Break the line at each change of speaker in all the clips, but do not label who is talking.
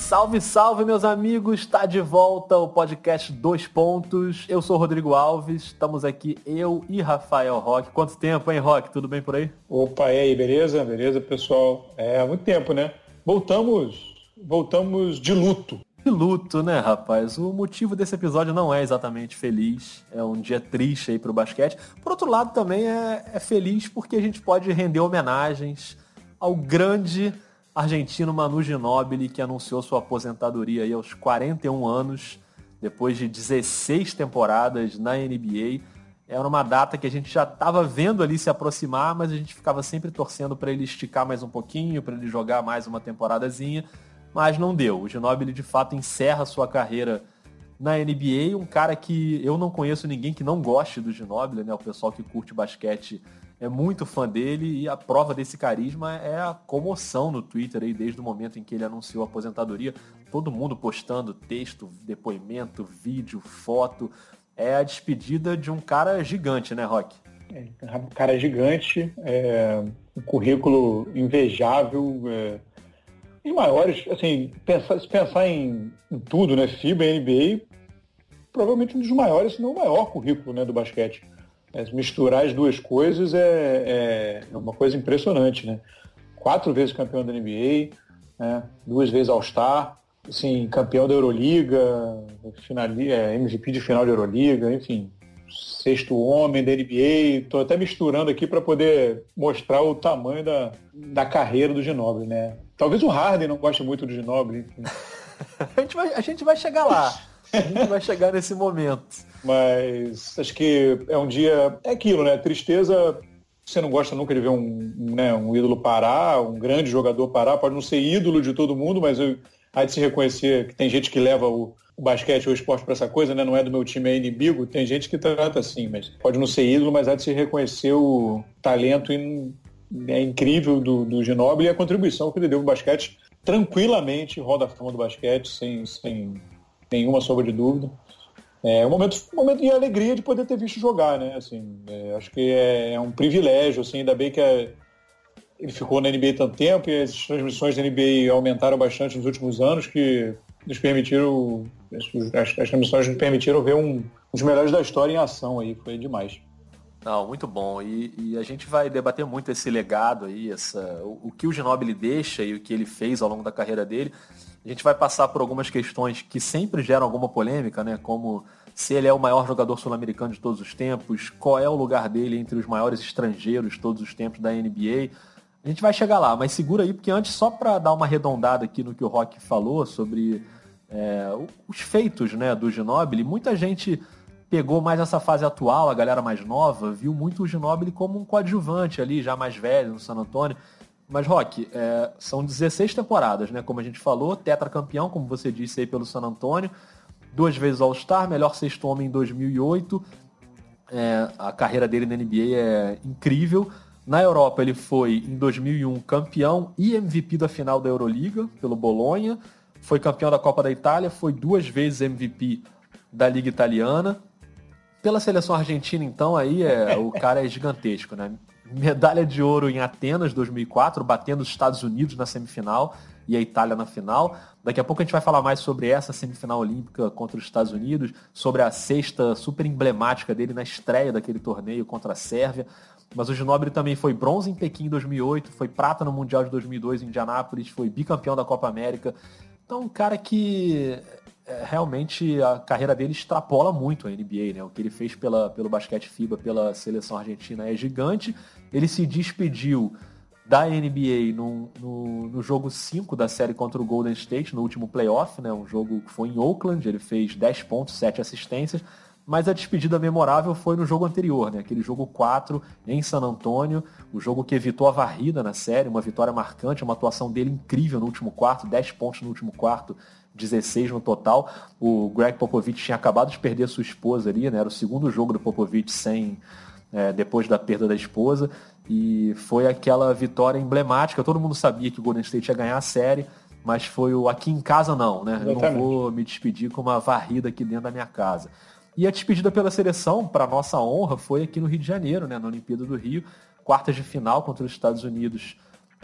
Salve, salve, meus amigos! Está de volta o podcast 2 Pontos. Eu sou o Rodrigo Alves, estamos aqui, eu e Rafael Roque. Quanto tempo, hein, Roque? Tudo bem por aí?
Opa, e aí, beleza? Beleza, pessoal? Há muito tempo, né? Voltamos de luto.
De luto, né, rapaz? O motivo desse episódio não é exatamente feliz, é um dia triste aí pro basquete. Por outro lado, também é feliz porque a gente pode render homenagens ao grande argentino Manu Ginóbili, que anunciou sua aposentadoria aí aos 41 anos, depois de 16 temporadas na NBA. Era uma data que a gente já estava vendo ali se aproximar, mas a gente ficava sempre torcendo para ele esticar mais um pouquinho, para ele jogar mais uma temporadazinha, mas não deu. O Ginóbili, de fato, encerra sua carreira na NBA, um cara que eu não conheço ninguém que não goste do Ginóbili, né? O pessoal que curte basquete é muito fã dele e a prova desse carisma é a comoção no Twitter aí desde o momento em que ele anunciou a aposentadoria. Todo mundo postando texto, depoimento, vídeo, foto. É a despedida de um cara gigante, né, Roque?
Um cara gigante, um currículo invejável, os maiores, assim, se pensar em tudo, né, FIBA e NBA, provavelmente um dos maiores, se não o maior currículo, né, do basquete. Misturar as duas coisas é uma coisa impressionante, né? 4 vezes campeão da NBA, né? 2 vezes All-Star, assim, campeão da Euroliga, MVP de final de Euroliga, enfim, 6º homem da NBA. Estou até misturando aqui para poder mostrar o tamanho da carreira do Ginóbili, né? Talvez o Harden não goste muito do Ginóbili.
A gente vai chegar lá. A gente vai chegar nesse momento.
Mas acho que é um dia... É aquilo, né? Tristeza, você não gosta nunca de ver um ídolo parar, um grande jogador parar. Pode não ser ídolo de todo mundo, mas há de se reconhecer que tem gente que leva o basquete ou o esporte para essa coisa, né? Não é do meu time, é inimigo. Tem gente que trata assim, mas pode não ser ídolo, mas há de se reconhecer o talento incrível do Ginóbili e a contribuição que ele deu no basquete tranquilamente, roda a fama do basquete, sem nenhuma sombra de dúvida. É um momento de alegria de poder ter visto jogar, né? Assim, acho que é um privilégio, assim, ainda bem que ele ficou na NBA tanto tempo e as transmissões da NBA aumentaram bastante nos últimos anos, que nos permitiram, as transmissões nos permitiram ver um dos melhores da história em ação aí, foi demais.
Não, muito bom. E a gente vai debater muito esse legado aí, o que o Ginóbili deixa e o que ele fez ao longo da carreira dele. A gente vai passar por algumas questões que sempre geram alguma polêmica, né? Como se ele é o maior jogador sul-americano de todos os tempos, qual é o lugar dele entre os maiores estrangeiros de todos os tempos da NBA. A gente vai chegar lá, mas segura aí, porque antes, só para dar uma arredondada aqui no que o Roque falou sobre os feitos, né, do Ginóbili, muita gente pegou mais essa fase atual, a galera mais nova, viu muito o Ginóbili como um coadjuvante ali, já mais velho, no San Antonio. Mas, Roque, são 16 temporadas, né? Como a gente falou, tetracampeão, como você disse aí, pelo San Antonio, 2 vezes All-Star, melhor 6º homem em 2008. A carreira dele na NBA é incrível. Na Europa, ele foi, em 2001, campeão e MVP da final da Euroliga, pelo Bolonha. Foi campeão da Copa da Itália, foi 2 vezes MVP da Liga Italiana. Pela seleção argentina, então, aí o cara é gigantesco, né? Medalha de ouro em Atenas, 2004, batendo os Estados Unidos na semifinal e a Itália na final. Daqui a pouco a gente vai falar mais sobre essa semifinal olímpica contra os Estados Unidos, sobre a cesta super emblemática dele na estreia daquele torneio contra a Sérvia. Mas o Ginóbili também foi bronze em Pequim em 2008, foi prata no Mundial de 2002 em Indianápolis, foi bicampeão da Copa América. Então, um cara que realmente a carreira dele extrapola muito a NBA, né? O que ele fez pelo basquete FIBA, pela seleção argentina é gigante. Ele se despediu da NBA no jogo 5 da série contra o Golden State, no último playoff, né? Um jogo que foi em Oakland, ele fez 10 pontos, 7 assistências, mas a despedida memorável foi no jogo anterior, né? Aquele jogo 4 em San Antonio, o jogo que evitou a varrida na série, uma vitória marcante, uma atuação dele incrível no último quarto, 10 pontos no último quarto, 16 no total. O Greg Popovich tinha acabado de perder sua esposa ali, né? Era o segundo jogo do Popovich depois da perda da esposa, e foi aquela vitória emblemática. Todo mundo sabia que o Golden State ia ganhar a série, mas foi o aqui em casa não, né?
Exatamente.
Eu não vou me despedir com uma varrida aqui dentro da minha casa. E a despedida pela seleção, para nossa honra, foi aqui no Rio de Janeiro, né? Na Olimpíada do Rio, quartas de final contra os Estados Unidos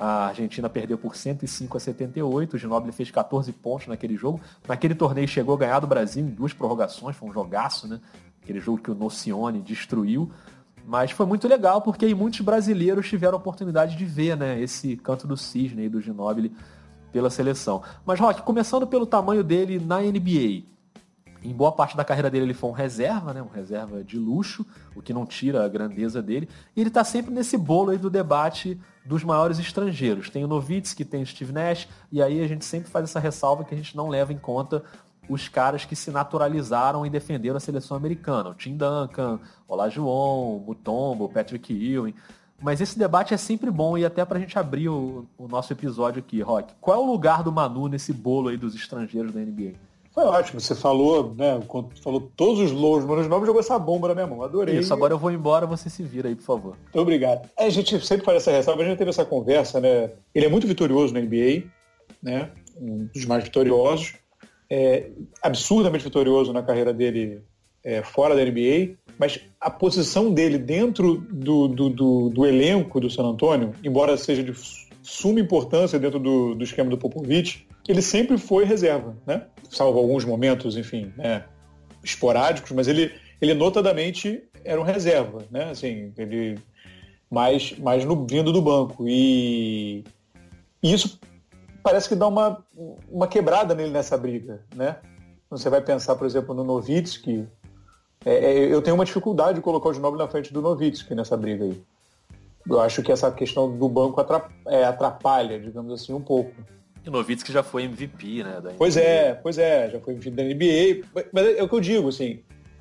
A Argentina perdeu por 105-78, o Ginóbili fez 14 pontos naquele jogo. Naquele torneio chegou a ganhar do Brasil em 2 prorrogações, foi um jogaço, né? Aquele jogo que o Nocione destruiu. Mas foi muito legal, porque aí muitos brasileiros tiveram a oportunidade de ver, né, esse canto do cisne aí do Ginóbili pela seleção. Mas, Roque, começando pelo tamanho dele na NBA. Em boa parte da carreira dele ele foi um reserva, né? Um reserva de luxo, o que não tira a grandeza dele. E ele está sempre nesse bolo aí do debate dos maiores estrangeiros. Tem o Nowitzki, tem o Steve Nash, e aí a gente sempre faz essa ressalva que a gente não leva em conta os caras que se naturalizaram e defenderam a seleção americana. O Tim Duncan, Olajuwon, Mutombo, Patrick Ewing. Mas esse debate é sempre bom, e até para a gente abrir o nosso episódio aqui, Roque. Qual é o lugar do Manu nesse bolo aí dos estrangeiros da NBA?
Foi ótimo, você falou, né? Falou todos os louros, meus nomes, jogou essa bomba na minha mão. Adorei.
Isso, agora eu vou embora, você se vira aí, por favor.
Muito obrigado. A gente sempre faz essa ressalva, a gente teve essa conversa, né? Ele é muito vitorioso na NBA, né? Um dos mais vitoriosos. Absurdamente vitorioso na carreira dele fora da NBA, mas a posição dele dentro do elenco do San Antonio, embora seja de suma importância dentro do esquema do Popovich, ele sempre foi reserva, né? Salvo alguns momentos, enfim, né, esporádicos, mas ele notadamente era um reserva, né? Assim, ele mais vindo do banco. E isso parece que dá uma quebrada nele nessa briga, né? Você vai pensar, por exemplo, no Nowitzki. Eu tenho uma dificuldade de colocar o Ginóbili na frente do Nowitzki nessa briga aí. Eu acho que essa questão do banco atrapalha, digamos assim, um pouco.
E o Nowitzki já foi MVP, né?
Pois é, já foi MVP da NBA. Mas é o que eu digo, assim,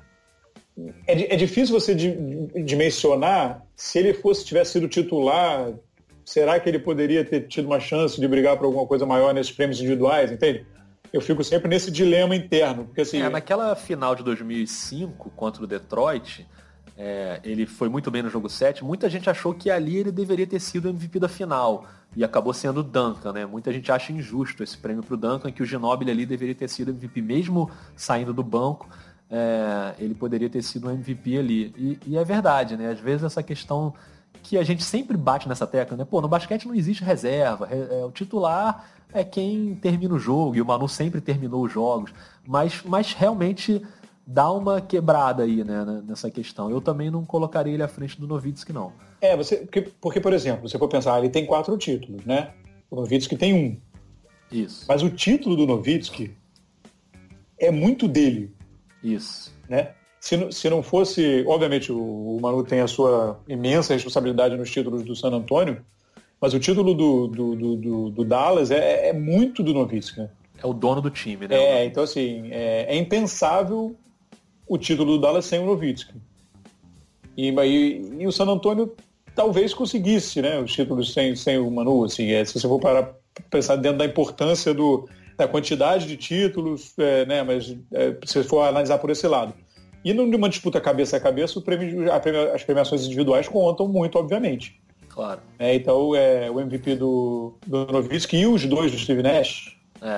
é difícil você dimensionar se ele tivesse sido titular, será que ele poderia ter tido uma chance de brigar por alguma coisa maior nesses prêmios individuais, entende? Eu fico sempre nesse dilema interno. Porque, assim,
naquela final de 2005 contra o Detroit, ele foi muito bem no jogo 7. Muita gente achou que ali ele deveria ter sido o MVP da final. E acabou sendo o Duncan, né? Muita gente acha injusto esse prêmio pro Duncan, que o Ginóbili ali deveria ter sido MVP mesmo saindo do banco. Ele poderia ter sido o MVP ali. E é verdade, né? Às vezes essa questão que a gente sempre bate nessa tecla, né? Pô, no basquete não existe reserva. O titular é quem termina o jogo, e o Manu sempre terminou os jogos. Mas realmente dá uma quebrada aí, né, nessa questão. Eu também não colocaria ele à frente do Nowitzki, não.
Porque, por exemplo, você for pensar, ele tem 4 títulos, né? O Nowitzki tem 1.
Isso.
Mas o título do Nowitzki é muito dele.
Isso.
Né? Se não fosse... Obviamente, o Manu tem a sua imensa responsabilidade nos títulos do San Antonio, mas o título do Dallas é muito do Nowitzki, né?
É o dono do time, né?
Então assim, é impensável o título do Dallas sem o Nowitzki. E o San Antonio talvez conseguisse, né, os títulos sem o Manu. Assim, se você for parar para pensar dentro da importância da quantidade de títulos, né, mas se você for analisar por esse lado. E numa disputa cabeça a cabeça, as premiações individuais contam muito, obviamente.
Claro.
Então, o MVP do Nowitzki e os dois do Steve Nash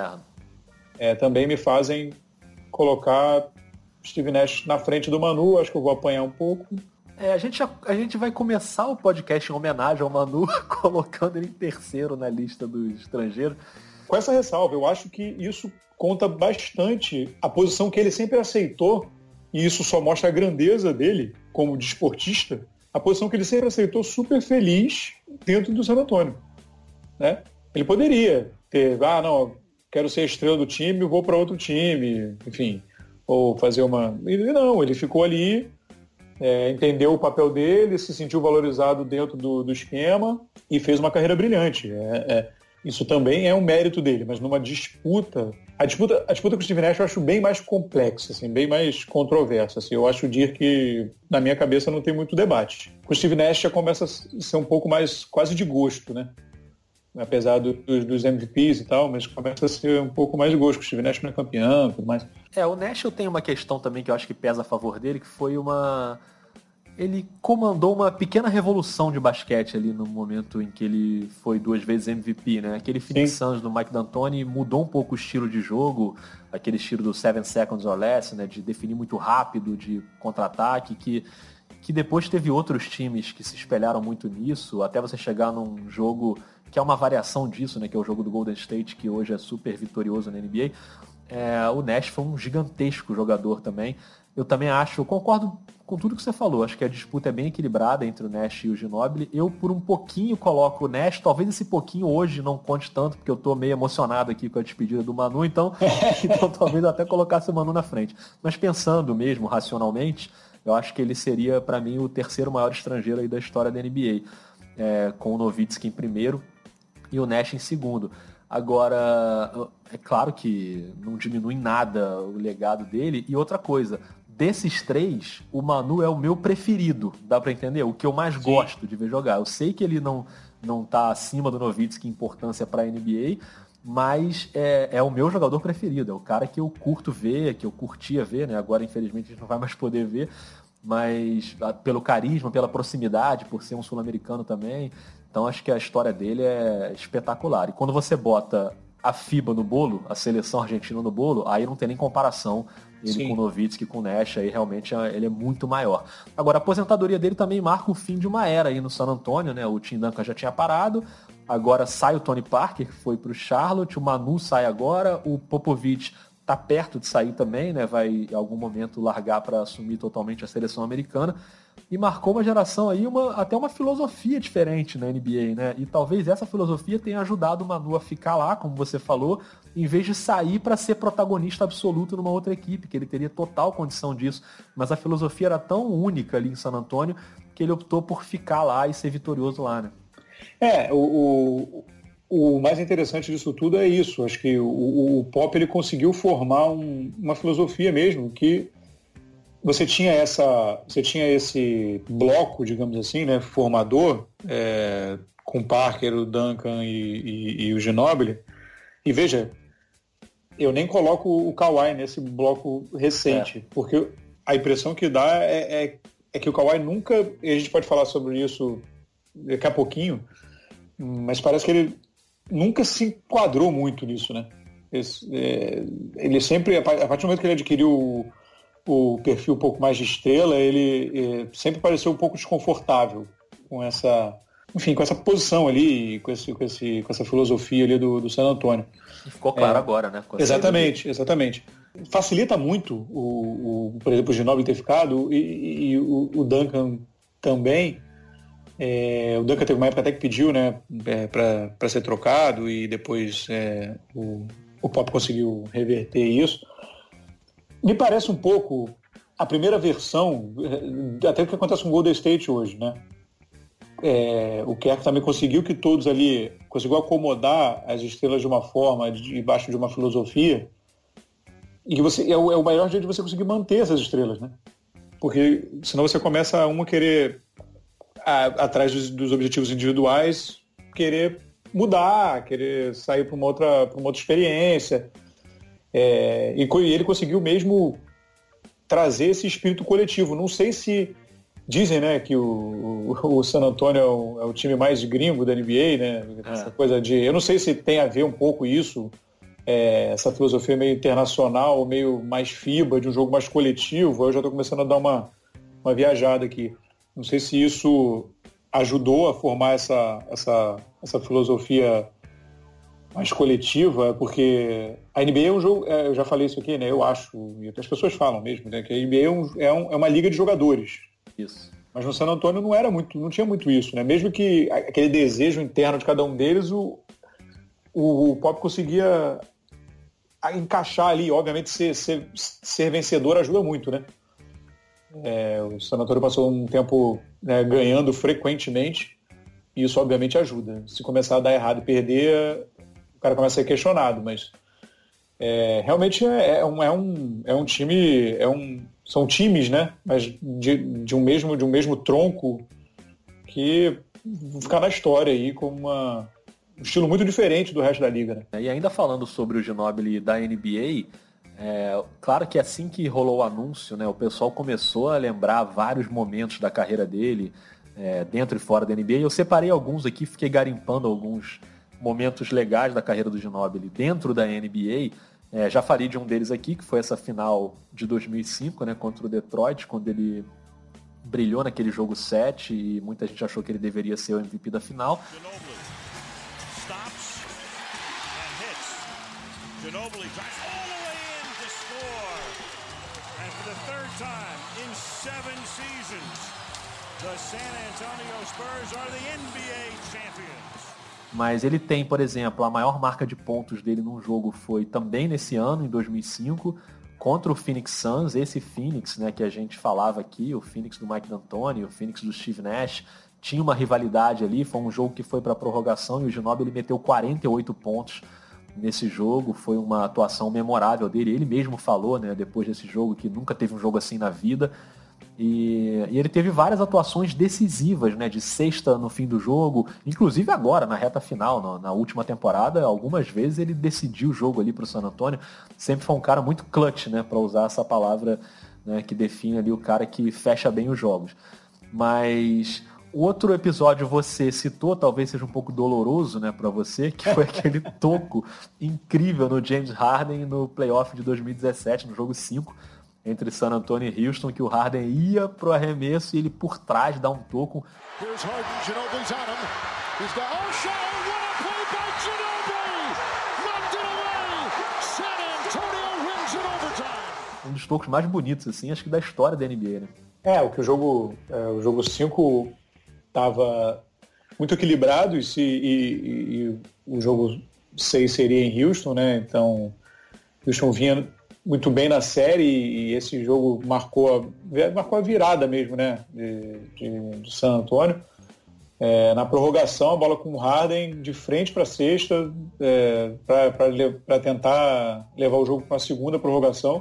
também me fazem colocar Steve Nash na frente do Manu. Acho que eu vou apanhar um pouco.
A gente vai começar o podcast em homenagem ao Manu, colocando ele em terceiro na lista dos estrangeiros.
Com essa ressalva, eu acho que isso conta bastante a posição que ele sempre aceitou, e isso só mostra a grandeza dele como desportista, a posição que ele sempre aceitou super feliz dentro do San Antonio. Né? Ele poderia ter, não, quero ser a estrela do time, vou para outro time, enfim, ou fazer uma... Não, ele ficou ali, entendeu o papel dele, se sentiu valorizado dentro do esquema e fez uma carreira brilhante. Isso também é um mérito dele, mas numa disputa... A disputa com o Steve Nash eu acho bem mais complexa, assim, bem mais controversa. Assim. Eu acho que, na minha cabeça, não tem muito debate. Com o Steve Nash já começa a ser um pouco mais quase de gosto, né? Apesar dos MVPs e tal, mas começa a ser um pouco mais de gosto, porque o Steve Nash não é campeão e tudo mais.
O Nash eu tenho uma questão também que eu acho que pesa a favor dele, que foi ele comandou uma pequena revolução de basquete ali no momento em que ele foi 2 vezes MVP, né? Aquele Phoenix Suns do Mike D'Antoni mudou um pouco o estilo de jogo, aquele estilo do 7 seconds or less, né? De definir muito rápido, de contra-ataque, que depois teve outros times que se espelharam muito nisso, até você chegar num jogo que é uma variação disso, né, que é o jogo do Golden State, que hoje é super vitorioso na NBA, o Nash foi um gigantesco jogador também. Eu também acho, eu concordo com tudo que você falou, acho que a disputa é bem equilibrada entre o Nash e o Ginóbili. Eu, por um pouquinho, coloco o Nash, talvez esse pouquinho hoje não conte tanto, porque eu tô meio emocionado aqui com a despedida do Manu, então talvez eu até colocasse o Manu na frente. Mas pensando mesmo, racionalmente, eu acho que ele seria, para mim, o terceiro maior estrangeiro aí da história da NBA, com o Nowitzki em primeiro e o Nash em segundo. Agora, é claro que não diminui nada o legado dele. E outra coisa, desses três, o Manu é o meu preferido, dá pra entender? O que eu mais gosto de ver jogar. Eu sei que ele não tá acima do Nowitzki em importância pra NBA, mas é o meu jogador preferido, é o cara que eu curto ver, que eu curtia ver, né? Agora, infelizmente, a gente não vai mais poder ver, mas pelo carisma, pela proximidade, por ser um sul-americano também. Então acho que a história dele é espetacular. E quando você bota a FIBA no bolo, a seleção argentina no bolo, aí não tem nem comparação. Ele com o Nowitzki, com o Nash, aí realmente ele é muito maior. Agora, a aposentadoria dele também marca o fim de uma era aí no San Antonio, né? O Tim Duncan já tinha parado, agora sai o Tony Parker, que foi pro Charlotte, o Manu sai agora, o Popovich tá perto de sair também, né? Vai em algum momento largar para assumir totalmente a seleção americana. E marcou uma geração aí, até uma filosofia diferente na NBA, né? E talvez essa filosofia tenha ajudado o Manu a ficar lá, como você falou, em vez de sair para ser protagonista absoluto numa outra equipe, que ele teria total condição disso. Mas a filosofia era tão única ali em San Antonio que ele optou por ficar lá e ser vitorioso lá, né?
O mais interessante disso tudo é isso. Acho que o Pop ele conseguiu formar uma filosofia mesmo que você tinha esse bloco, digamos assim, né, formador, com o Parker, o Duncan e o Ginóbili. E veja, eu nem coloco o Kawhi nesse bloco recente, porque a impressão que dá é que o Kawhi nunca, e a gente pode falar sobre isso daqui a pouquinho, mas parece que ele nunca se enquadrou muito nisso, né? Ele sempre, a partir do momento que ele adquiriu o perfil um pouco mais de estrela, ele sempre pareceu um pouco desconfortável com essa posição ali, com essa filosofia ali do San Antonio.
E ficou claro agora, né?
Exatamente. Facilita muito, por exemplo, o Ginóbili ter ficado e o Duncan também. O Duncan teve uma época até que pediu, né, para ser trocado e depois o Pop conseguiu reverter isso. Me parece um pouco a primeira versão, até o que acontece com o Golden State hoje, né? O Kerr também conseguiu que todos ali, conseguiu acomodar as estrelas de uma forma, debaixo de uma filosofia, e que é o maior jeito de você conseguir manter essas estrelas, né? Porque senão você começa a querer, atrás dos objetivos individuais, querer mudar, querer sair para uma outra experiência. E ele conseguiu mesmo trazer esse espírito coletivo. Não sei se dizem, né, que o San Antonio é o time mais gringo da NBA, né? Essa coisa eu não sei se tem a ver um pouco isso, essa filosofia meio internacional, meio mais FIBA, de um jogo mais coletivo. Eu já estou começando a dar uma viajada aqui. Não sei se isso ajudou a formar essa filosofia mais coletiva, porque a NBA é um jogo, eu já falei isso aqui, né? Eu acho, e as pessoas falam mesmo, né? Que a NBA é uma liga de jogadores.
Isso.
Mas no San Antonio não tinha muito isso, né? Mesmo que aquele desejo interno de cada um deles, o Pop conseguia encaixar ali. Obviamente ser vencedor ajuda muito, né? O San Antonio passou um tempo, né, ganhando frequentemente, e isso obviamente ajuda. Se começar a dar errado e perder, o cara começa a ser questionado, mas realmente é um time, são times, né? Mas de um mesmo tronco, que vão ficar na história aí como um estilo muito diferente do resto da liga, né?
E ainda falando sobre o Ginóbili da NBA, claro que assim que rolou o anúncio, né, o pessoal começou a lembrar vários momentos da carreira dele, dentro e fora da NBA. Eu separei alguns aqui, fiquei garimpando alguns momentos legais da carreira do Ginóbili dentro da NBA. Já falei de um deles aqui, que foi essa final de 2005, né, contra o Detroit, quando ele brilhou naquele jogo 7 e muita gente achou que ele deveria ser o MVP da final.
Ginobili drives all the way in to score. And for the third time in 7 seasons, the San Antonio Spurs are the NBA champions.
Mas ele tem, por exemplo, a maior marca de pontos dele num jogo foi também nesse ano, em 2005, contra o Phoenix Suns. Esse Phoenix, né, que a gente falava aqui, o Phoenix do Mike D'Antoni, o Phoenix do Steve Nash, tinha uma rivalidade ali. Foi um jogo que foi para a prorrogação e o Ginobili meteu 48 pontos nesse jogo. Foi uma atuação memorável dele. Ele mesmo falou, né, depois desse jogo, que nunca teve um jogo assim na vida. E ele teve várias atuações decisivas, né, de cesta no fim do jogo, inclusive agora, na reta final, na última temporada, algumas vezes ele decidiu o jogo ali para o San Antonio. Sempre foi um cara muito clutch, né, para usar essa palavra, né, que define ali o cara que fecha bem os jogos. Mas o outro episódio você citou, talvez seja um pouco doloroso, né, para você, que foi aquele toco incrível no James Harden no playoff de 2017, no jogo 5, entre San Antonio e Houston, que o Harden ia pro arremesso e ele por trás dá um toco.
Here's Harden, Ginobili's on him. He's got what a play by Ginobili! Knocked it away! San Antonio wins in overtime.
Um dos tocos mais bonitos, assim, acho que da história da NBA, né?
O jogo 5 estava muito equilibrado e o jogo 6 seria em Houston, né? Então, Houston vinha muito bem na série e esse jogo marcou a virada mesmo, né, de San Antonio. Na prorrogação, a bola com o Harden de frente para a cesta para tentar levar o jogo para a segunda prorrogação.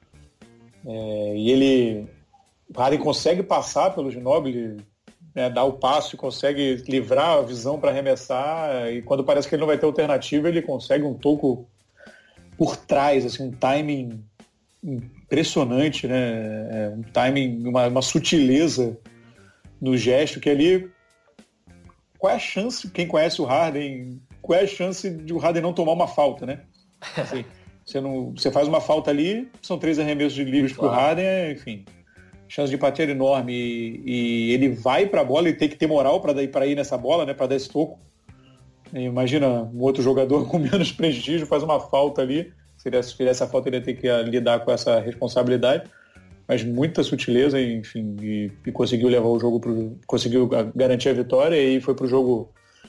E o Harden consegue passar pelo Ginobili, né, dá o passo e consegue livrar a visão para arremessar, e quando parece que ele não vai ter alternativa, ele consegue um toco por trás, assim, um timing impressionante, né? Um timing, uma sutileza no gesto, que ali, qual é a chance, quem conhece o Harden, qual é a chance de o Harden não tomar uma falta, né? Assim, você faz uma falta ali, são 3 arremessos livres pro Harden, enfim, chance de empatia enorme, e ele vai pra bola e tem que ter moral para ir nessa bola, né? Para dar esse toco. Imagina um outro jogador com menos prestígio faz uma falta ali. Se ele fizesse a falta, ele ia ter que lidar com essa responsabilidade. Mas muita sutileza, enfim, e conseguiu levar o jogo conseguiu garantir a vitória, e aí foi pro jogo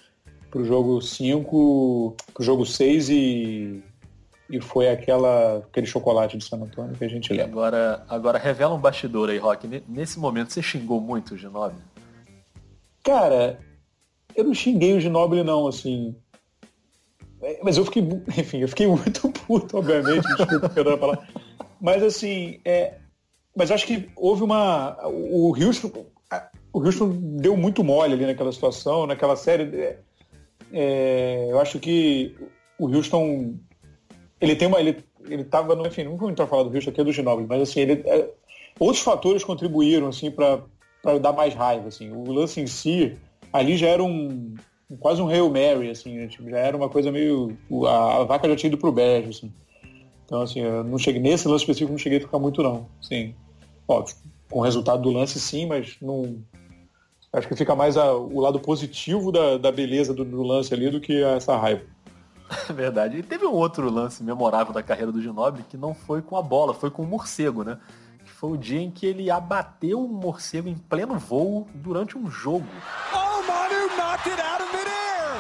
5, pro jogo 6 e foi aquele chocolate de San Antonio que a gente lembra.
Agora revela um bastidor aí, Rock. Nesse momento você xingou muito o Ginobili?
Cara, eu não xinguei o Ginobili, não, assim. Mas eu fiquei muito puto, obviamente, desculpa perdão a palavra. Mas assim, mas acho que houve o Houston deu muito mole ali naquela situação, naquela série. Eu acho que o Houston, ele tava, enfim, não vou entrar a falar do Houston aqui, é do Ginobili, mas assim, outros fatores contribuíram, assim, para dar mais raiva, assim. O lance em si, ali já era quase um Hail Mary, assim, né? Tipo, já era uma coisa meio... A vaca já tinha ido pro beijo, assim. Então, assim, eu não cheguei... Nesse lance específico, não cheguei a ficar muito, não. Assim, óbvio, com o resultado do lance, sim, mas não... Acho que fica mais o lado positivo da beleza do lance ali do que essa raiva.
Verdade. E teve um outro lance memorável da carreira do Ginobili que não foi com a bola, foi com o morcego, né? Que foi o dia em que ele abateu um morcego em pleno voo durante um jogo.
Oh, Manu knocked it out of midair!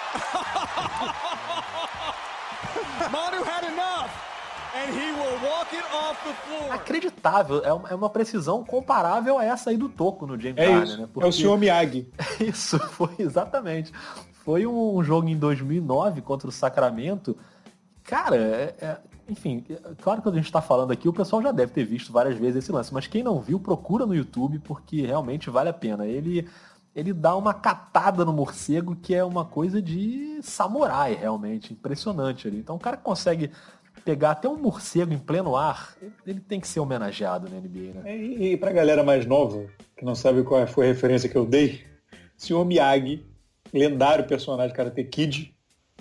Manu had enough, and he will walk it off the floor.
Acreditável, é uma precisão comparável a essa aí do toco no James Harden,
isso,
né? Porque...
É o senhor Miyagi.
Isso, foi exatamente. Foi um jogo em 2009 contra o Sacramento. Cara, enfim, claro que quando a gente está falando aqui, o pessoal já deve ter visto várias vezes esse lance, mas quem não viu, procura no YouTube, porque realmente vale a pena. Ele dá uma catada no morcego que é uma coisa de samurai, realmente, impressionante ali. Então o cara que consegue pegar até um morcego em pleno ar, ele tem que ser homenageado na NBA, né?
E pra galera mais nova, que não sabe qual foi a referência que eu dei, Sr. Miyagi, lendário personagem Karate Kid,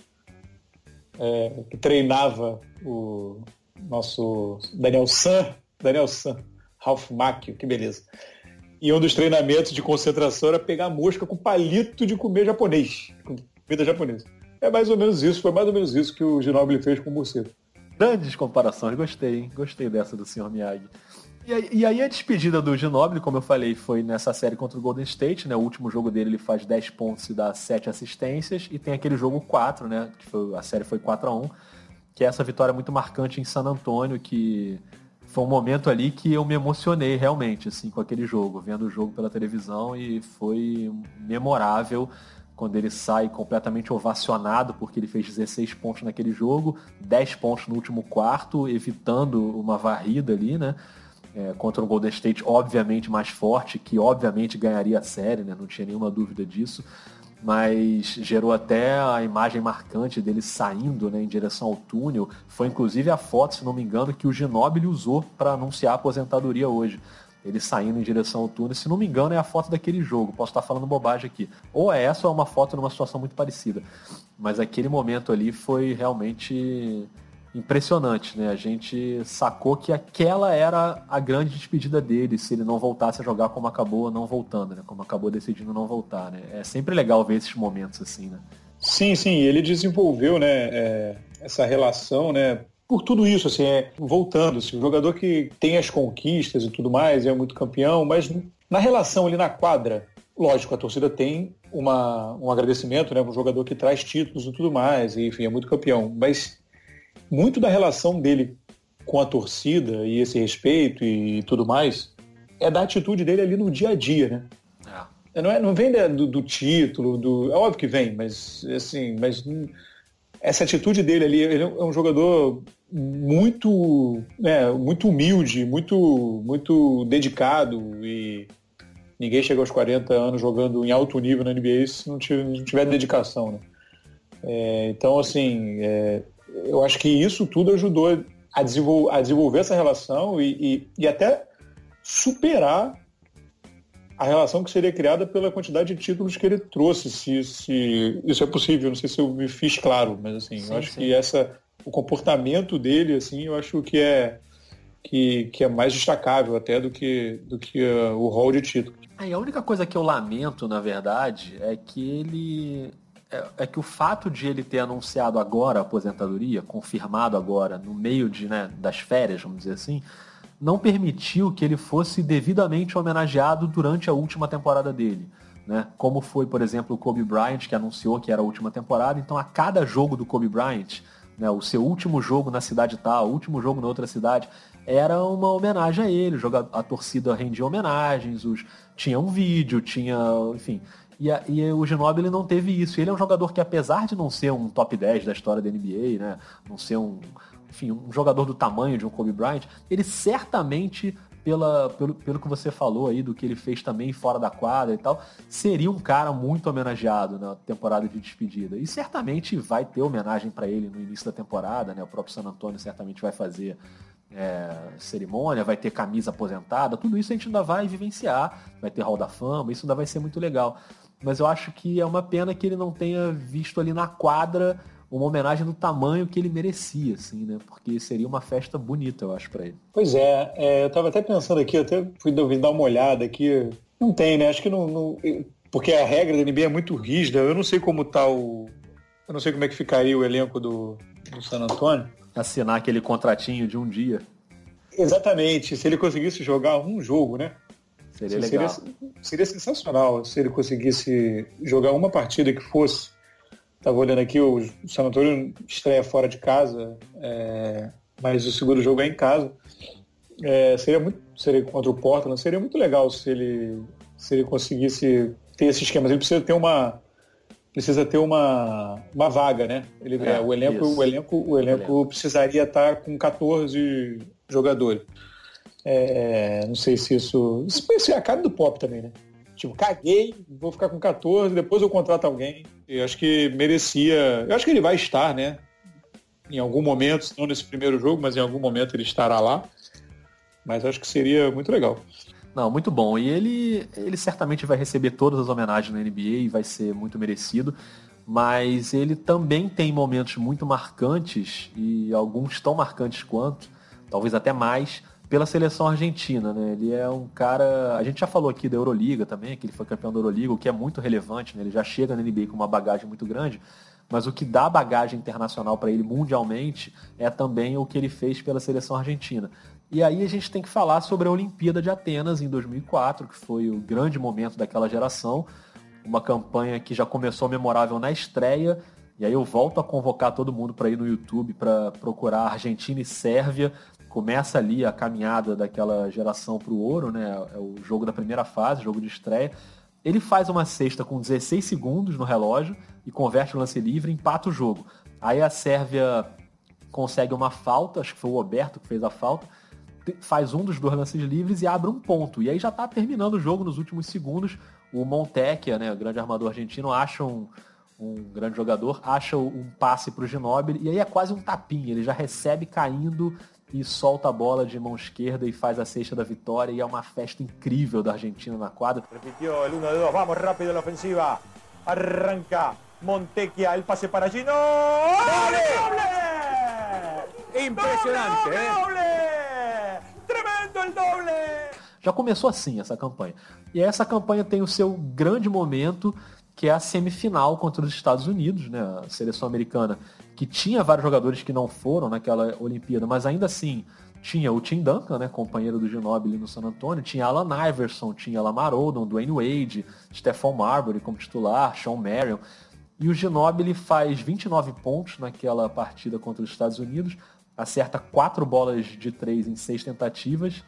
que treinava o nosso Daniel San, Ralph Macchio, que beleza. E um dos treinamentos de concentração era pegar mosca com palito de comer japonês, com comida japonesa. É mais ou menos isso, foi mais ou menos isso que o Ginobili fez com o morcego.
Grandes comparações, gostei, hein? Gostei dessa do Sr. Miyagi. E aí a despedida do Ginóbili, como eu falei, foi nessa série contra o Golden State, né? O último jogo dele ele faz 10 pontos e dá 7 assistências, e tem aquele jogo 4, né? A série foi 4-1, que é essa vitória muito marcante em San Antonio, que foi um momento ali que eu me emocionei realmente, assim, com aquele jogo, vendo o jogo pela televisão, e foi memorável quando ele sai completamente ovacionado, porque ele fez 16 pontos naquele jogo, 10 pontos no último quarto, evitando uma varrida ali, né? Contra o Golden State, obviamente mais forte, que obviamente ganharia a série, né? Não tinha nenhuma dúvida disso, mas gerou até a imagem marcante dele saindo, né, em direção ao túnel. Foi inclusive a foto, se não me engano, que o Ginóbili usou para anunciar a aposentadoria hoje. Ele saindo em direção ao túnel, se não me engano, é a foto daquele jogo. Posso estar falando bobagem aqui. Ou é essa ou é uma foto numa situação muito parecida. Mas aquele momento ali foi realmente impressionante, né? A gente sacou que aquela era a grande despedida dele, se ele não voltasse a jogar como acabou não voltando, né? Como acabou decidindo não voltar, né? É sempre legal ver esses momentos assim, né?
Sim, ele desenvolveu, né, essa relação, né, por tudo isso, assim, voltando, assim, um jogador que tem as conquistas e tudo mais, é muito campeão, mas na relação ali na quadra, lógico, a torcida tem um agradecimento, né, para um jogador que traz títulos e tudo mais, e, enfim, é muito campeão, mas muito da relação dele com a torcida e esse respeito e tudo mais é da atitude dele ali no dia a dia, né? Não vem do título, é óbvio que vem, mas assim, essa atitude dele ali, ele é um jogador muito, né, muito humilde, muito dedicado, e ninguém chega aos 40 anos jogando em alto nível na NBA se não tiver dedicação, né? Então, assim, eu acho que isso tudo ajudou a desenvolver essa relação e até superar a relação que seria criada pela quantidade de títulos que ele trouxe, se isso é possível. Não sei se eu me fiz claro, mas assim, sim, eu acho que o comportamento dele, assim, eu acho que é mais destacável até do que o rol de títulos.
A única coisa que eu lamento, na verdade, é que que o fato de ele ter anunciado agora a aposentadoria, confirmado agora, no meio das férias, vamos dizer assim, não permitiu que ele fosse devidamente homenageado durante a última temporada dele, né? Como foi, por exemplo, o Kobe Bryant, que anunciou que era a última temporada. Então, a cada jogo do Kobe Bryant, né, o seu último jogo na cidade tal, o último jogo na outra cidade, era uma homenagem a ele. A torcida rendia homenagens, tinha um vídeo, enfim. E o Ginóbili não teve isso. Ele é um jogador que, apesar de não ser um top 10 da história da NBA, né, não ser um jogador do tamanho de um Kobe Bryant, ele certamente, pelo que você falou aí, do que ele fez também fora da quadra e tal, seria um cara muito homenageado na temporada de despedida. E certamente vai ter homenagem para ele no início da temporada, né? O próprio San Antonio certamente vai fazer cerimônia, vai ter camisa aposentada, tudo isso a gente ainda vai vivenciar, vai ter Hall da Fama, isso ainda vai ser muito legal. Mas eu acho que é uma pena que ele não tenha visto ali na quadra uma homenagem do tamanho que ele merecia, assim, né? Porque seria uma festa bonita, eu acho, pra ele.
Pois eu tava até pensando aqui, até fui dar uma olhada aqui. Não tem, né? Acho que não, porque a regra da NBA é muito rígida. Eu não sei como tá eu não sei como é que ficaria o elenco do San Antonio.
Assinar aquele contratinho de um dia.
Exatamente. Se ele conseguisse jogar um jogo, né?
Seria legal.
Seria sensacional se ele conseguisse jogar uma partida que fosse. Estava olhando aqui, o San Antonio estreia fora de casa, mas o segundo jogo é em casa. Seria contra o Portland, seria muito legal se ele conseguisse ter esse esquema. Ele precisa ter uma vaga, né? O elenco precisaria estar com 14 jogadores. Não sei se isso é a cara do Pop também, né? Tipo, caguei, vou ficar com 14, depois eu contrato alguém. Eu acho que merecia. Eu acho que ele vai estar, né? Em algum momento, não nesse primeiro jogo, mas em algum momento ele estará lá. Mas acho que seria muito legal.
Não, muito bom. E ele certamente vai receber todas as homenagens na NBA e vai ser muito merecido. Mas ele também tem momentos muito marcantes, e alguns tão marcantes quanto, talvez até mais, pela seleção argentina, né? Ele é um cara... A gente já falou aqui da Euroliga também, que ele foi campeão da Euroliga, o que é muito relevante, né? Ele já chega na NBA com uma bagagem muito grande, mas o que dá bagagem internacional para ele mundialmente é também o que ele fez pela seleção argentina. E aí a gente tem que falar sobre a Olimpíada de Atenas em 2004, que foi o grande momento daquela geração, uma campanha que já começou memorável na estreia, e aí eu volto a convocar todo mundo para ir no YouTube para procurar Argentina e Sérvia. Começa ali a caminhada daquela geração para o ouro, né? É o jogo da primeira fase, jogo de estreia. Ele faz uma cesta com 16 segundos no relógio e converte o lance livre e empata o jogo. Aí a Sérvia consegue uma falta, acho que foi o Roberto que fez a falta, faz um dos 2 lances livres e abre um ponto. E aí já está terminando o jogo nos últimos segundos. O Montecchia, né, o grande armador argentino, acha um grande jogador, acha um passe para o Ginóbili, e aí é quase um tapinha, ele já recebe caindo e solta a bola de mão esquerda e faz a cesta da vitória, e é uma festa incrível da Argentina na quadra.
Repetiu o 1-2, vamos rápido na ofensiva, arranca, Montecchia, el pase para Gino, ¡doble! Impressionante, ¡doble! Tremendo el doble!
Já começou assim essa campanha, e essa campanha tem o seu grande momento, que é a semifinal contra os Estados Unidos, né? A seleção americana, que tinha vários jogadores que não foram naquela Olimpíada, mas ainda assim tinha o Tim Duncan, né? Companheiro do Ginóbili no San Antonio, tinha Allen Iverson, tinha Lamar Odom, Dwayne Wade, Stephon Marbury como titular, Shawn Marion, e o Ginóbili faz 29 pontos naquela partida contra os Estados Unidos, acerta 4 bolas de 3 em 6 tentativas,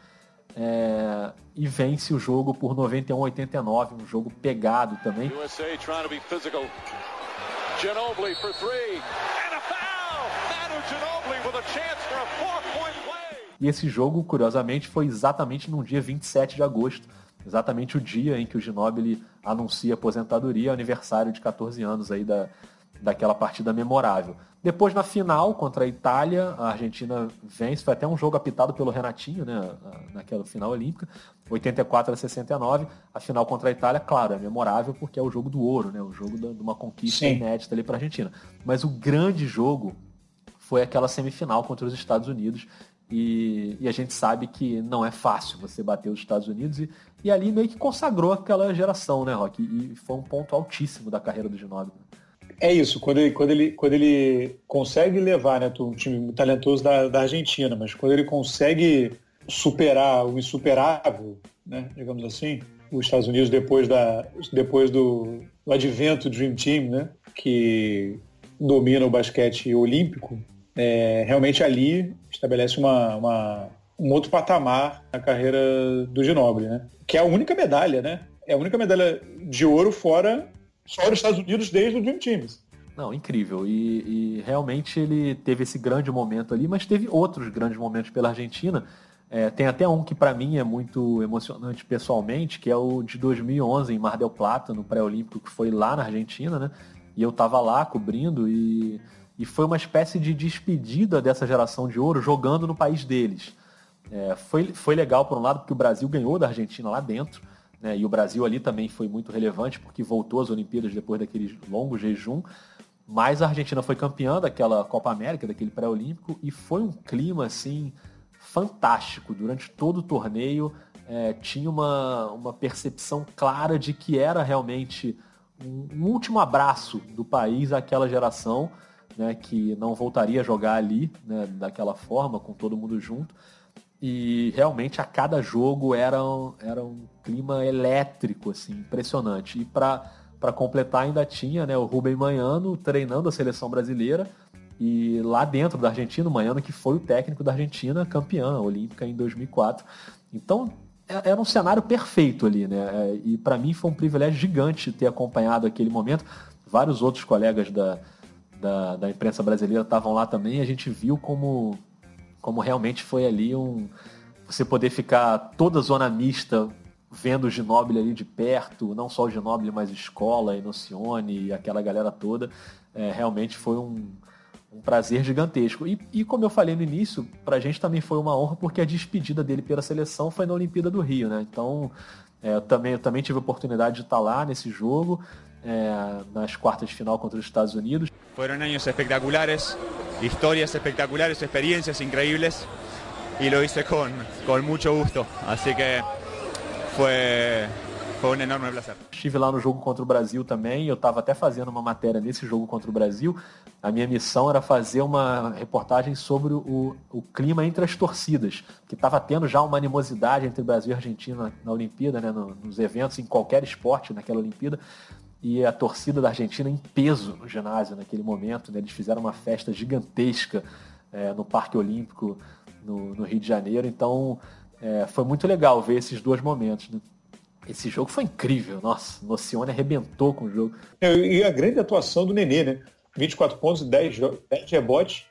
e vence o jogo por 91-89, um jogo pegado também. USA trying to be physical. Ginobili for 3 and a foul. Manu Ginobili with a chance for a 4-point play. E esse jogo, curiosamente, foi exatamente no dia 27 de agosto, exatamente o dia em que o Ginóbili anuncia a aposentadoria, aniversário de 14 anos aí daquela partida memorável. Depois, na final, contra a Itália, a Argentina vence. Foi até um jogo apitado pelo Renatinho, né, naquela final olímpica, 84-69. A final contra a Itália, claro, é memorável porque é o jogo do ouro, né, o jogo de uma conquista inédita ali para a Argentina. Mas o grande jogo foi aquela semifinal contra os Estados Unidos. E a gente sabe que não é fácil você bater os Estados Unidos. E ali meio que consagrou aquela geração, né, Roque? E foi um ponto altíssimo da carreira do Ginóbili.
É isso, quando ele consegue levar, né, um time talentoso da Argentina, mas quando ele consegue superar o insuperável, né, digamos assim, os Estados Unidos depois do advento do Dream Team, né, que domina o basquete olímpico, realmente ali estabelece um outro patamar na carreira do Ginóbili, né, que é a única medalha, né, é a única medalha de ouro fora os Estados Unidos desde o Dream Team.
Não, incrível. E realmente ele teve esse grande momento ali, mas teve outros grandes momentos pela Argentina. Tem até um que para mim é muito emocionante pessoalmente, que é o de 2011 em Mar del Plata, no pré-olímpico, que foi lá na Argentina, né? E eu estava lá cobrindo e foi uma espécie de despedida dessa geração de ouro jogando no país deles. Foi legal por um lado porque o Brasil ganhou da Argentina lá dentro, né, e o Brasil ali também foi muito relevante porque voltou às Olimpíadas depois daquele longo jejum, mas a Argentina foi campeã daquela Copa América, daquele pré-olímpico, e foi um clima assim fantástico. Durante todo o torneio tinha uma percepção clara de que era realmente um último abraço do país àquela geração, né, que não voltaria a jogar ali, né, daquela forma, com todo mundo junto. E realmente a cada jogo era um clima elétrico, assim, impressionante. E para completar ainda tinha, né, o Rubem Manhano treinando a seleção brasileira, e lá dentro da Argentina, o Manhano que foi o técnico da Argentina, campeã olímpica em 2004. Então era um cenário perfeito ali, né? E para mim foi um privilégio gigante ter acompanhado aquele momento. Vários outros colegas da imprensa brasileira estavam lá também, e a gente viu como realmente foi ali você poder ficar toda a zona mista vendo o Ginóbili ali de perto, não só o Ginóbili, mas Escola, Nocioni e aquela galera toda. Realmente foi um prazer gigantesco. E como eu falei no início, pra gente também foi uma honra porque a despedida dele pela seleção foi na Olimpíada do Rio, né? Então eu também tive a oportunidade de estar lá nesse jogo, nas quartas de final contra os Estados Unidos.
Foram anos espetaculares, histórias espetaculares, experiencias increíbles, y lo hice con mucho gusto, así que fue Fue un enorme placer.
Estive lá no jogo contra o Brasil também, eu estava até fazendo uma matéria nesse jogo contra o Brasil. A minha missão era fazer uma reportagem sobre o clima entre as torcidas, que estava tendo já uma animosidade entre Brasil e Argentina na Olimpíada, né, nos eventos, em qualquer esporte naquela Olimpíada. E a torcida da Argentina em peso no ginásio naquele momento, né, eles fizeram uma festa gigantesca no Parque Olímpico, no Rio de Janeiro. Então, foi muito legal ver esses dois momentos, né? Esse jogo foi incrível, nossa, Nocione arrebentou com o jogo.
E a grande atuação do Nenê, né? 24 pontos, 10 rebotes,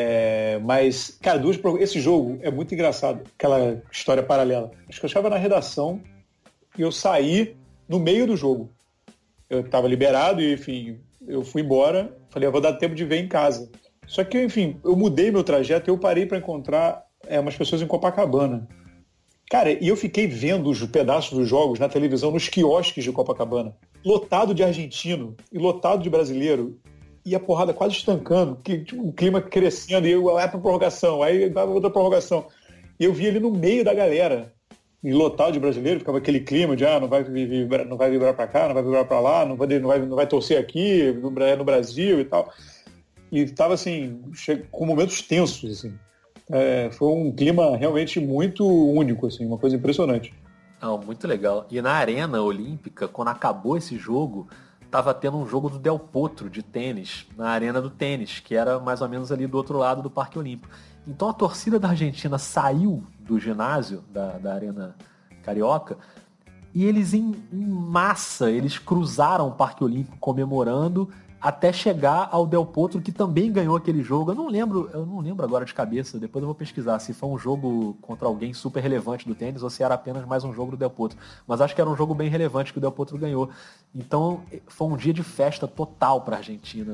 mas, cara, esse jogo é muito engraçado, aquela história paralela. Acho que eu estava na redação e eu saí no meio do jogo. Eu estava liberado e, enfim, eu fui embora, falei, eu vou dar tempo de ver em casa. Só que, enfim, eu mudei meu trajeto e eu parei para encontrar umas pessoas em Copacabana. Cara, e eu fiquei vendo os pedaços dos jogos na televisão, nos quiosques de Copacabana, lotado de argentino e lotado de brasileiro, e a porrada quase estancando, o clima crescendo, e vai pra prorrogação, aí vai pra outra prorrogação. E eu vi ali no meio da galera, e lotado de brasileiro, ficava aquele clima de não vai vibrar pra cá, não vai vibrar pra lá, não vai torcer aqui, no Brasil e tal. E tava assim, com momentos tensos, assim. Foi um clima realmente muito único, assim, uma coisa impressionante.
Não, muito legal. E na Arena Olímpica, quando acabou esse jogo, tava tendo um jogo do Del Potro de tênis, na Arena do Tênis, que era mais ou menos ali do outro lado do Parque Olímpico. Então a torcida da Argentina saiu do ginásio, da Arena Carioca, e eles em massa, eles cruzaram o Parque Olímpico comemorando, até chegar ao Del Potro, que também ganhou aquele jogo. Eu não lembro agora de cabeça, depois eu vou pesquisar se foi um jogo contra alguém super relevante do tênis ou se era apenas mais um jogo do Del Potro. Mas acho que era um jogo bem relevante que o Del Potro ganhou. Então foi um dia de festa total para a Argentina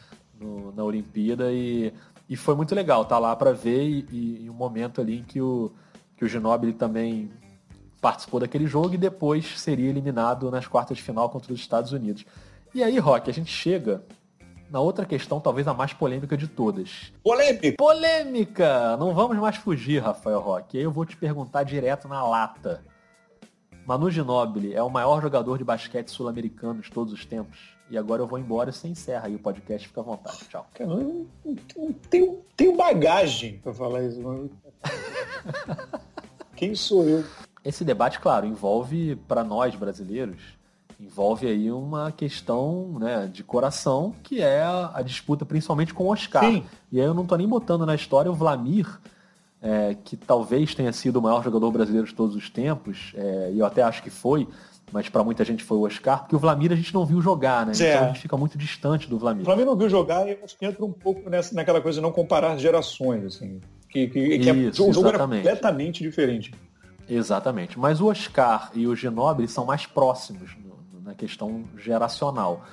na Olimpíada e foi muito legal estar lá para ver e um momento ali em que o Ginóbili também participou daquele jogo e depois seria eliminado nas quartas de final contra os Estados Unidos. E aí, Roque, a gente chega na outra questão, talvez a mais polêmica de todas. Polêmica! Não vamos mais fugir, Rafael Roque. Aí eu vou te perguntar direto na lata. Manu Ginóbili é o maior jogador de basquete sul-americano de todos os tempos? E agora eu vou embora e você encerra aí o podcast. Fica à vontade. Tchau.
Cara, eu não tenho bagagem para falar isso. Quem sou eu?
Esse debate, claro, envolve, para nós brasileiros, envolve aí uma questão, né, de coração, que é a disputa principalmente com o Oscar.
Sim.
E aí eu não tô nem botando na história o Vlamir, que talvez tenha sido o maior jogador brasileiro de todos os tempos, e eu até acho que foi, mas para muita gente foi o Oscar, porque o Vlamir a gente não viu jogar, né? Então a gente fica muito distante do Vlamir.
O Vlamir não viu jogar e eu acho que entra um pouco naquela coisa de não comparar gerações, assim. O jogo era completamente diferente.
Exatamente. Mas o Oscar e o Ginóbili são mais próximos na questão geracional.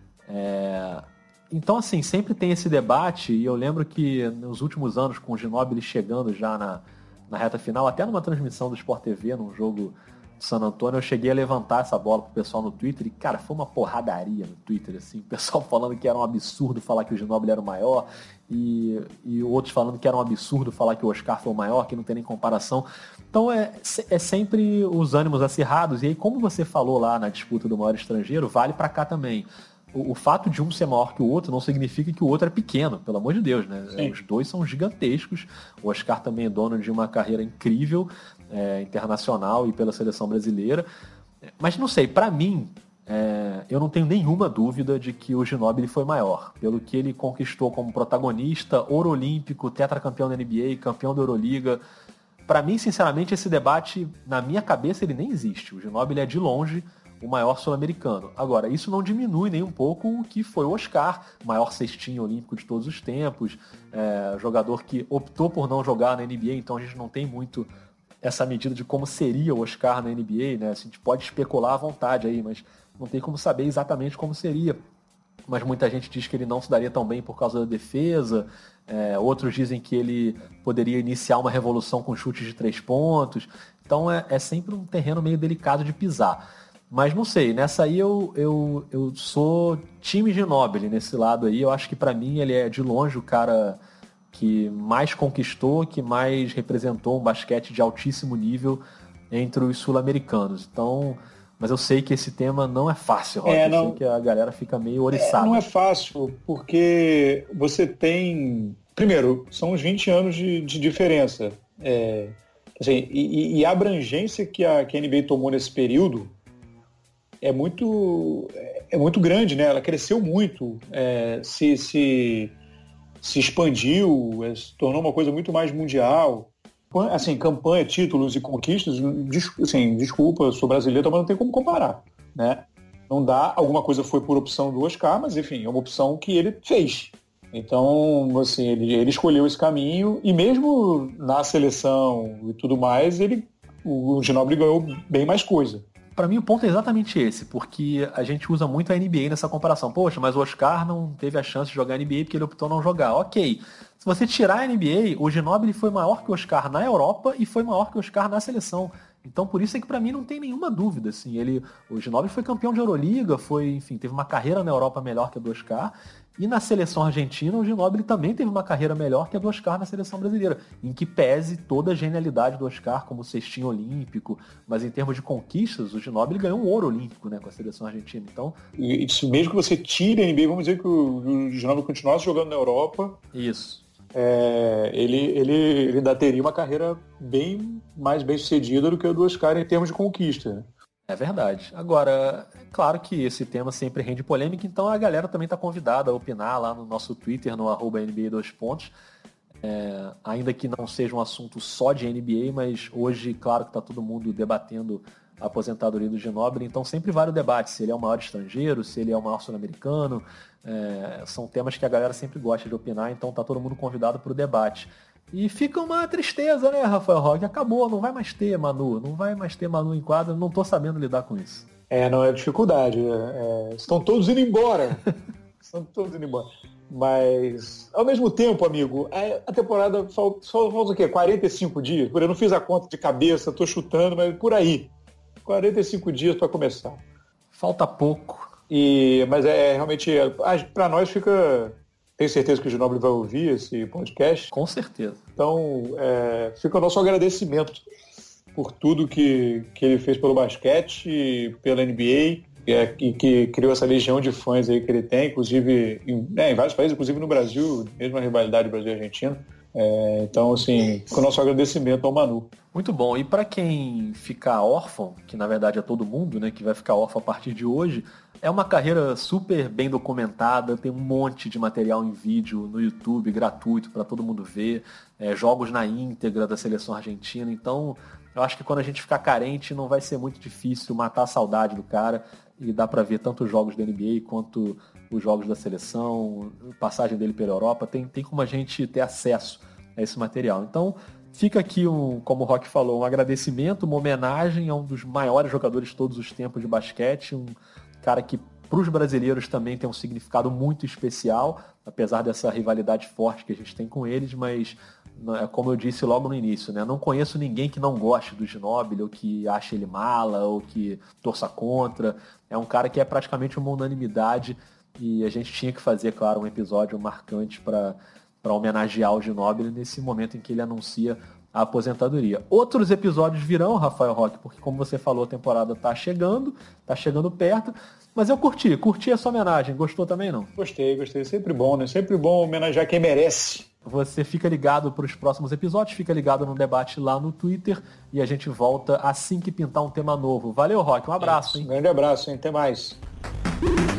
Então, assim, sempre tem esse debate, e eu lembro que nos últimos anos, com o Ginóbili chegando já na reta final, até numa transmissão do Sport TV, num jogo de San Antonio, eu cheguei a levantar essa bola pro pessoal no Twitter, e, cara, foi uma porradaria no Twitter, assim, o pessoal falando que era um absurdo falar que o Ginóbili era o maior, e outros falando que era um absurdo falar que o Oscar foi o maior, que não tem nem comparação. Então é sempre os ânimos acirrados, e aí, como você falou lá na disputa do maior estrangeiro, vale para cá também. O fato de um ser maior que o outro não significa que o outro é pequeno, pelo amor de Deus, né?
Sim.
Os dois são gigantescos. O Oscar também é dono de uma carreira incrível, internacional e pela seleção brasileira. Mas não sei, para mim, eu não tenho nenhuma dúvida de que o Ginóbili foi maior. Pelo que ele conquistou como protagonista, ouro olímpico, tetracampeão da NBA, campeão da Euroliga. Para mim, sinceramente, esse debate, na minha cabeça, ele nem existe. O Ginóbili é, de longe, o maior sul-americano. Agora, isso não diminui nem um pouco o que foi o Oscar, maior cestinho olímpico de todos os tempos, jogador que optou por não jogar na NBA, então a gente não tem muito essa medida de como seria o Oscar na NBA, né? Assim, a gente pode especular à vontade aí, mas não tem como saber exatamente como seria. Mas muita gente diz que ele não se daria tão bem por causa da defesa, outros dizem que ele poderia iniciar uma revolução com chutes de 3 pontos, então é sempre um terreno meio delicado de pisar. Mas não sei, nessa aí eu sou time Ginóbili nesse lado aí. Eu acho que para mim ele é de longe o cara que mais conquistou, que mais representou um basquete de altíssimo nível entre os sul-americanos. Então, Mas eu sei que esse tema não é fácil, Rock. Eu sei que a galera fica meio oriçada.
Não é fácil, porque você tem... Primeiro, são uns 20 anos de diferença. Assim, e a abrangência que a NBA tomou nesse período é muito grande, né? Ela cresceu muito, se expandiu, se tornou uma coisa muito mais mundial. Assim, campanha, títulos e conquistas, assim, desculpa, sou brasileiro, mas não tem como comparar, né? Não dá, alguma coisa foi por opção do Oscar, mas enfim, é uma opção que ele fez. Então, assim, ele escolheu esse caminho e mesmo na seleção e tudo mais, o Ginóbili ganhou bem mais coisa.
Para mim o ponto é exatamente esse, porque a gente usa muito a NBA nessa comparação. Poxa, mas o Oscar não teve a chance de jogar NBA porque ele optou não jogar. Ok, se você tirar a NBA, o Ginóbili foi maior que o Oscar na Europa e foi maior que o Oscar na seleção. Então por isso é que para mim não tem nenhuma dúvida. Assim, o Ginóbili foi campeão de Euroliga, teve uma carreira na Europa melhor que a do Oscar. E na seleção argentina, o Ginóbili também teve uma carreira melhor que a do Oscar na seleção brasileira, em que pese toda a genialidade do Oscar como cestinho olímpico, mas em termos de conquistas, o Ginóbili ganhou um ouro olímpico, né, com a seleção argentina. Então,
e mesmo que você tire a NBA, vamos dizer que o Ginóbili continuasse jogando na Europa.
Isso.
Ele ainda teria uma carreira bem mais bem sucedida do que a do Oscar em termos de conquista.
É verdade. Agora, é claro que esse tema sempre rende polêmica, então a galera também está convidada a opinar lá no nosso Twitter, no @NBA2pontos. Ainda que não seja um assunto só de NBA, mas hoje, claro que está todo mundo debatendo a aposentadoria do Ginóbili, então sempre vale o debate, se ele é o maior estrangeiro, se ele é o maior sul-americano. São temas que a galera sempre gosta de opinar, então está todo mundo convidado para o debate. E fica uma tristeza, né, Rafael Roque? Acabou, não vai mais ter Manu em quadra, não tô sabendo lidar com isso.
Não é dificuldade. Estão todos indo embora. Mas, ao mesmo tempo, amigo, a temporada falta o quê? 45 dias? Eu não fiz a conta de cabeça, tô chutando, mas por aí. 45 dias para começar.
Falta pouco.
Mas realmente, para nós fica... Tenho certeza que o Ginóbili vai ouvir esse podcast.
Com certeza.
Então, fica o nosso agradecimento por tudo que ele fez pelo basquete, pela NBA, e que criou essa legião de fãs aí que ele tem, inclusive em vários países, inclusive no Brasil, mesmo a rivalidade Brasil e Argentina. Então, assim, com o nosso agradecimento ao Manu.
Muito bom. E para quem ficar órfão, que na verdade é todo mundo, né, que vai ficar órfão a partir de hoje, é uma carreira super bem documentada, tem um monte de material em vídeo no YouTube, gratuito para todo mundo ver, jogos na íntegra da seleção argentina. Então, eu acho que quando a gente ficar carente, não vai ser muito difícil matar a saudade do cara, e dá para ver tanto os jogos da NBA quanto os jogos da seleção, passagem dele pela Europa, tem como a gente ter acesso a esse material. Então, fica aqui, como o Roque falou, um agradecimento, uma homenagem a um dos maiores jogadores de todos os tempos de basquete, um cara que para os brasileiros também tem um significado muito especial, apesar dessa rivalidade forte que a gente tem com eles, mas como eu disse logo no início, né, não conheço ninguém que não goste do Ginóbili, ou que ache ele mala, ou que torça contra. É um cara que é praticamente uma unanimidade, e a gente tinha que fazer, claro, um episódio marcante para homenagear o Ginóbili nesse momento em que ele anuncia a aposentadoria. Outros episódios virão, Rafael Roque, porque como você falou, a temporada tá chegando perto, mas eu curti essa homenagem. Gostou também, não?
Gostei. Sempre bom, né? Sempre bom homenagear quem merece.
Você fica ligado para os próximos episódios, fica ligado no debate lá no Twitter, e a gente volta assim que pintar um tema novo. Valeu, Roque, um abraço, hein?
Um grande abraço, hein? Até mais.